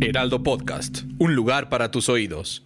Heraldo Podcast, un lugar para tus oídos.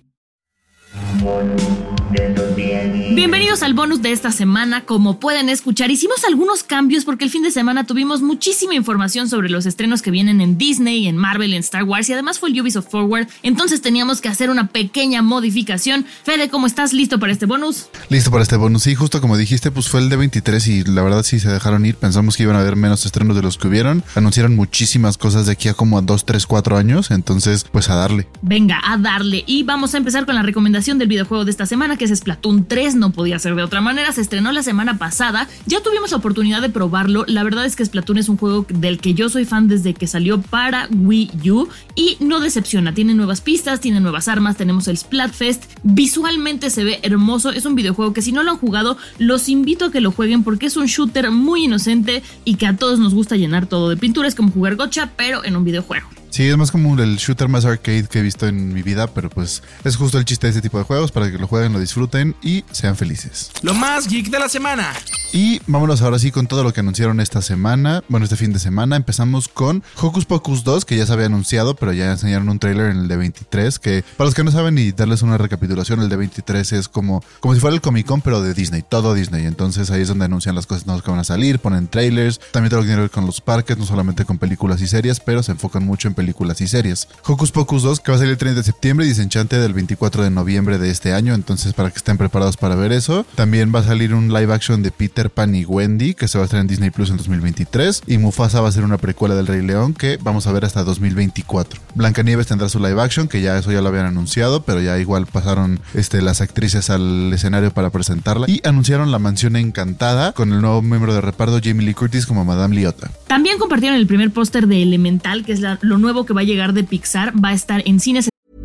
Bienvenidos al bonus de esta semana. Como pueden escuchar, hicimos algunos cambios porque el fin de semana tuvimos muchísima información sobre los estrenos que vienen en Disney, en Marvel, en Star Wars y además fue el Ubisoft Forward, entonces teníamos que hacer una pequeña modificación. Fede, ¿cómo estás? ¿Listo para este bonus? Listo para este bonus, sí, justo como dijiste, pues fue el D23 y la verdad sí se dejaron ir. Pensamos que iban a haber menos estrenos de los que hubieron. Anunciaron muchísimas cosas de aquí a como a 2, 3, 4 años, entonces pues a darle. Venga, a darle. Y vamos a empezar con la recomendación del videojuego de esta semana, que es Splatoon 3. No podía ser de otra manera, se estrenó la semana pasada, ya tuvimos la oportunidad de probarlo. La verdad es que Splatoon es un juego del que yo soy fan desde que salió para Wii U y no decepciona, tiene nuevas pistas, tiene nuevas armas, tenemos el Splatfest, visualmente se ve hermoso, es un videojuego que si no lo han jugado, los invito a que lo jueguen porque es un shooter muy inocente y que a todos nos gusta llenar todo de pintura, es como jugar Gotcha pero en un videojuego. Sí, es más como el shooter más arcade que he visto en mi vida, pero pues es justo el chiste de este tipo de juegos para que lo jueguen, lo disfruten y sean felices. Lo más geek de la semana. Y vámonos ahora sí con todo lo que anunciaron esta semana, bueno, este fin de semana. Empezamos con Hocus Pocus 2, que ya se había anunciado, pero ya enseñaron un tráiler en el D23, que para los que no saben y darles una recapitulación, el D23 es como si fuera el Comic Con, pero de Disney, todo Disney. Entonces ahí es donde anuncian las cosas nuevas que van a salir, ponen trailers, también todo lo que tiene que ver con los parques, no solamente con películas y series, pero se enfocan mucho en películas y series. Hocus Pocus 2, que va a salir el 30 de septiembre y Disenchante del 24 de noviembre de este año, entonces para que estén preparados para ver eso. También va a salir un live action de Peter Pan y Wendy, que se va a estrenar en Disney Plus en 2023, y Mufasa va a ser una precuela del Rey León, que vamos a ver hasta 2024. Blancanieves tendrá su live action, que ya eso ya lo habían anunciado, pero ya igual pasaron las actrices al escenario para presentarla, y anunciaron La Mansión Encantada, con el nuevo miembro de reparto Jamie Lee Curtis como Madame Leota. También compartieron el primer póster de Elemental, que es lo nuevo que va a llegar de Pixar, va a estar en cines.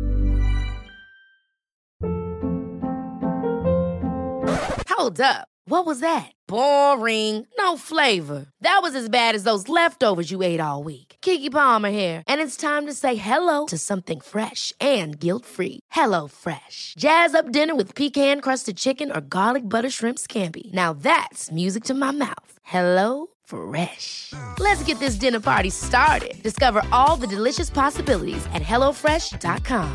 Hold up. What was that? Boring. No flavor. That was as bad as those leftovers you ate all week. Keke Palmer here, and it's time to say hello to something fresh and guilt-free. Hello Fresh. Jazz up dinner with pecan-crusted chicken or garlic butter shrimp scampi. Now that's music to my mouth. Hello Fresh. Let's get this dinner party started. Discover all the delicious possibilities at HelloFresh.com.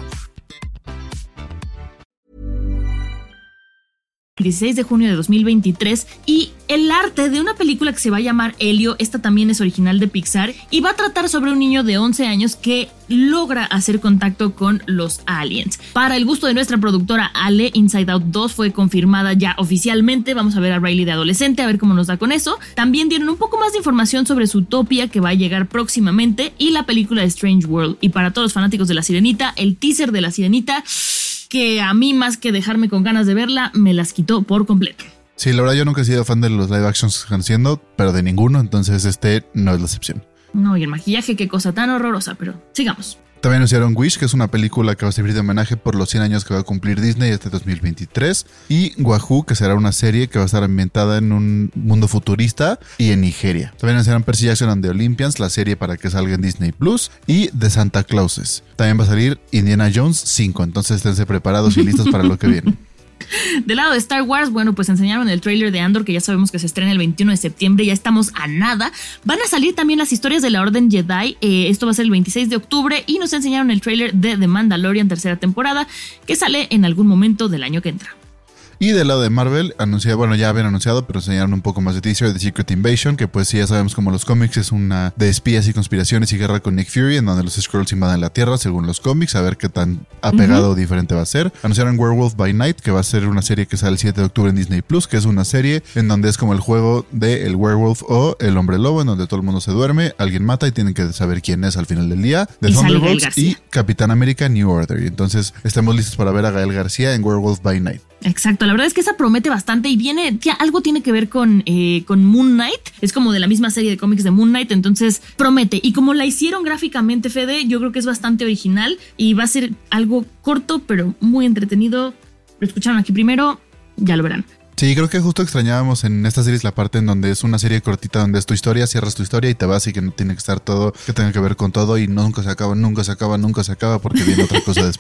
16 de junio de 2023 y el arte de una película que se va a llamar Helio, esta también es original de Pixar y va a tratar sobre un niño de 11 años que logra hacer contacto con los aliens. Para el gusto de nuestra productora Ale, Inside Out 2 fue confirmada ya oficialmente, vamos a ver a Riley de adolescente, a ver cómo nos da con eso. También dieron un poco más de información sobre Zootopia que va a llegar próximamente y la película de Strange World. Y para todos los fanáticos de La Sirenita, el teaser de La Sirenita, que a mí más que dejarme con ganas de verla, me las quitó por completo. Sí, la verdad yo nunca he sido fan de los live actions que están haciendo, pero de ninguno, entonces no es la excepción. No, y el maquillaje, qué cosa tan horrorosa, pero sigamos. También anunciaron Wish, que es una película que va a servir de homenaje por los 100 años que va a cumplir Disney este 2023. Y Wahoo, que será una serie que va a estar ambientada en un mundo futurista y en Nigeria. También anunciaron Percy Jackson and the Olympians, la serie para que salga en Disney Plus. Y The Santa Clauses. También va a salir Indiana Jones 5, entonces esténse preparados y listos para lo que viene. Del lado de Star Wars, bueno, pues enseñaron el tráiler de Andor, que ya sabemos que se estrena el 21 de septiembre, ya estamos a nada. Van a salir también las historias de la Orden Jedi, esto va a ser el 26 de octubre, y nos enseñaron el tráiler de The Mandalorian tercera temporada, que sale en algún momento del año que entra. Y del lado de Marvel, ya habían anunciado, pero enseñaron un poco más de teaser de Secret Invasion, que pues sí, ya sabemos como los cómics es una de espías y conspiraciones y guerra con Nick Fury, en donde los Skrulls invaden la Tierra, según los cómics, a ver qué tan apegado o diferente va a ser. Anunciaron Werewolf by Night, que va a ser una serie que sale el 7 de octubre en Disney Plus, que es una serie en donde es como el juego de el werewolf o el hombre lobo, en donde todo el mundo se duerme, alguien mata y tienen que saber quién es al final del día. De Thunderbolts y Capitán América New Order. Y entonces estamos listos para ver a Gael García en Werewolf by Night. Exacto, la verdad es que esa promete bastante y algo tiene que ver con Moon Knight, es como de la misma serie de cómics de Moon Knight, entonces promete, y como la hicieron gráficamente, Fede, yo creo que es bastante original y va a ser algo corto pero muy entretenido. Lo escucharon aquí primero, ya lo verán. Sí, creo que justo extrañábamos en esta serie la parte en donde es una serie cortita donde es tu historia, cierras tu historia y te vas y que no tiene que estar todo, que tenga que ver con todo y nunca se acaba porque viene otra cosa después.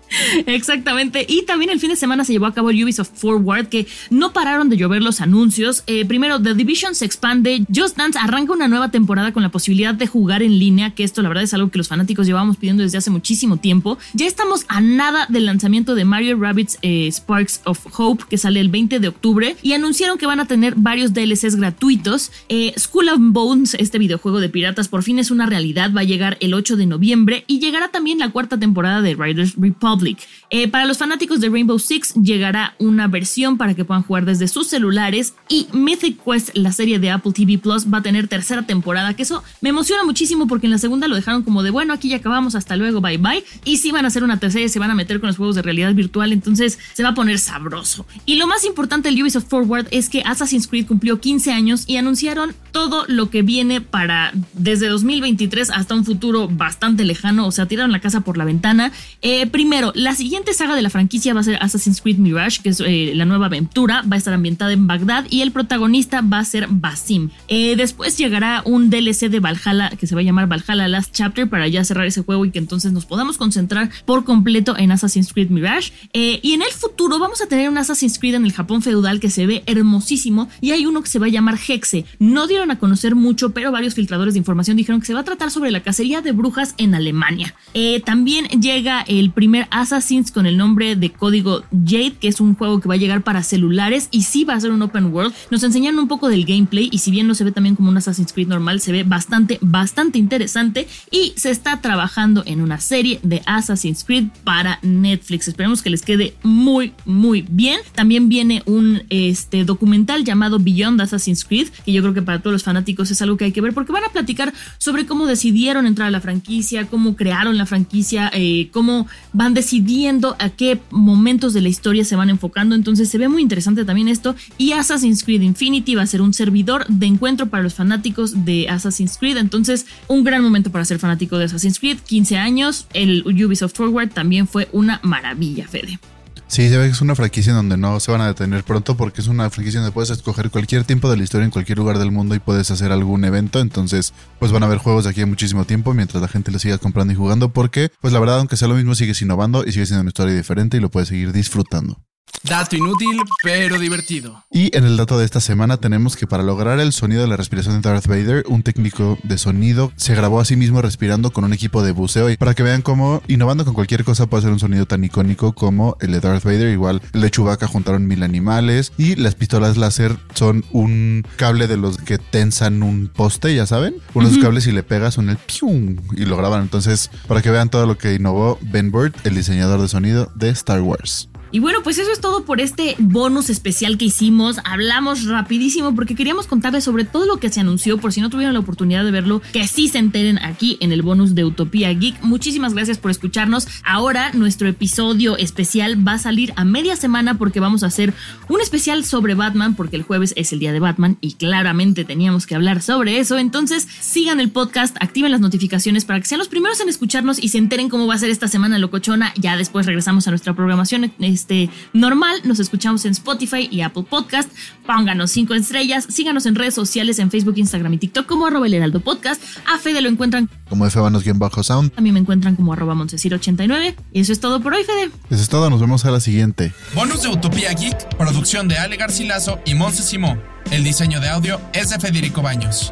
Exactamente. Y también el fin de semana se llevó a cabo el Ubisoft Forward, que no pararon de llover los anuncios. Primero, The Division se expande, Just Dance arranca una nueva temporada con la posibilidad de jugar en línea, que esto la verdad es algo que los fanáticos llevábamos pidiendo desde hace muchísimo tiempo. Ya estamos a nada del lanzamiento de Mario Rabbids Sparks of Hope, que sale el 20 de octubre, y anunciaron que van a tener varios DLCs gratuitos. Skull and Bones, este videojuego de piratas, por fin es una realidad, va a llegar el 8 de noviembre y llegará también la cuarta temporada de Riders Republic. Para los fanáticos de Rainbow Six llegará una versión para que puedan jugar desde sus celulares, y Mythic Quest, la serie de Apple TV Plus, va a tener tercera temporada, que eso me emociona muchísimo porque en la segunda lo dejaron como de bueno, aquí ya acabamos, hasta luego, bye bye, y sí van a hacer una tercera y se van a meter con los juegos de realidad virtual, entonces se va a poner sabroso. Y lo más importante del Ubisoft Forward es que Assassin's Creed cumplió 15 años y anunciaron todo lo que viene para desde 2023 hasta un futuro bastante lejano, o sea, tiraron la casa por la ventana. Primero, la siguiente saga de la franquicia va a ser Assassin's Creed Mirage, que es la nueva aventura, va a estar ambientada en Bagdad y el protagonista va a ser Basim. Después llegará un DLC de Valhalla que se va a llamar Valhalla Last Chapter para ya cerrar ese juego y que entonces nos podamos concentrar por completo en Assassin's Creed Mirage. Y en el futuro vamos a tener un Assassin's Creed en el Japón feudal que se ve hermosísimo, y hay uno que se va a llamar Hexe. No dieron a conocer mucho, pero varios filtradores de información dijeron que se va a tratar sobre la cacería de brujas en Alemania. También llega el primer Assassin's con el nombre de código Jade, que es un juego que va a llegar para celulares y sí va a ser un open world. Nos enseñaron un poco del gameplay y si bien no se ve también como un Assassin's Creed normal, se ve bastante interesante, y se está trabajando en una serie de Assassin's Creed para Netflix. Esperemos que les quede muy bien. También viene un documental llamado Beyond Assassin's Creed, que yo creo que para todos los fanáticos es algo que hay que ver porque van a platicar sobre cómo decidieron entrar a la franquicia, cómo crearon la franquicia, cómo van decidiendo a qué momentos de la historia se van enfocando. Entonces se ve muy interesante también esto. Y Assassin's Creed Infinity va a ser un servidor de encuentro para los fanáticos de Assassin's Creed. Entonces un gran momento para ser fanático de Assassin's Creed. 15 años, el Ubisoft Forward también fue una maravilla, Fede. Sí, se ve que es una franquicia en donde no se van a detener pronto porque es una franquicia donde puedes escoger cualquier tiempo de la historia en cualquier lugar del mundo y puedes hacer algún evento. Entonces, pues van a haber juegos de aquí a muchísimo tiempo mientras la gente lo siga comprando y jugando porque, pues la verdad, aunque sea lo mismo, sigues innovando y sigue siendo una historia diferente y lo puedes seguir disfrutando. Dato inútil, pero divertido. Y en el dato de esta semana tenemos que para lograr el sonido de la respiración de Darth Vader, un técnico de sonido se grabó a sí mismo respirando con un equipo de buceo. Y para que vean cómo innovando con cualquier cosa puede hacer un sonido tan icónico como el de Darth Vader. Igual el de Chewbacca juntaron 1000 animales y las pistolas láser son un cable de los que tensan un poste, ya saben. Unos cables y le pegas son el pium y lo graban. Entonces, para que vean todo lo que innovó Ben Burtt, el diseñador de sonido de Star Wars. Y bueno, pues eso es todo por este bonus especial que hicimos. Hablamos rapidísimo porque queríamos contarles sobre todo lo que se anunció, por si no tuvieron la oportunidad de verlo, que sí se enteren aquí en el bonus de Utopía Geek. Muchísimas gracias por escucharnos. Ahora nuestro episodio especial va a salir a media semana porque vamos a hacer un especial sobre Batman, porque el jueves es el día de Batman y claramente teníamos que hablar sobre eso. Entonces sigan el podcast, activen las notificaciones para que sean los primeros en escucharnos y se enteren cómo va a ser esta semana locochona. Ya después regresamos a nuestra programación normal. Nos escuchamos en Spotify y Apple Podcast. Pónganos 5 estrellas. Síganos en redes sociales en Facebook, Instagram y TikTok como @El Heraldo Podcast. A Fede lo encuentran como FBanos_Sound. También me encuentran como @Montesir89. Y eso es todo por hoy, Fede. Eso es todo. Nos vemos a la siguiente. Bonus de Utopía Geek, producción de Ale Garcilaso y Monse Simó. El diseño de audio es de Federico Baños.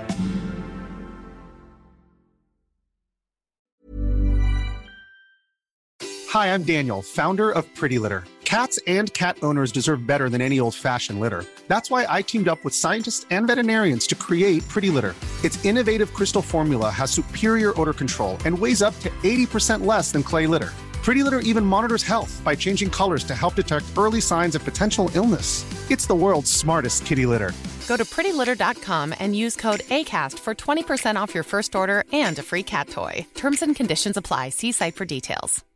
Hi, I'm Daniel, founder of Pretty Litter. Cats and cat owners deserve better than any old-fashioned litter. That's why I teamed up with scientists and veterinarians to create Pretty Litter. Its innovative crystal formula has superior odor control and weighs up to 80% less than clay litter. Pretty Litter even monitors health by changing colors to help detect early signs of potential illness. It's the world's smartest kitty litter. Go to prettylitter.com and use code ACAST for 20% off your first order and a free cat toy. Terms and conditions apply. See site for details.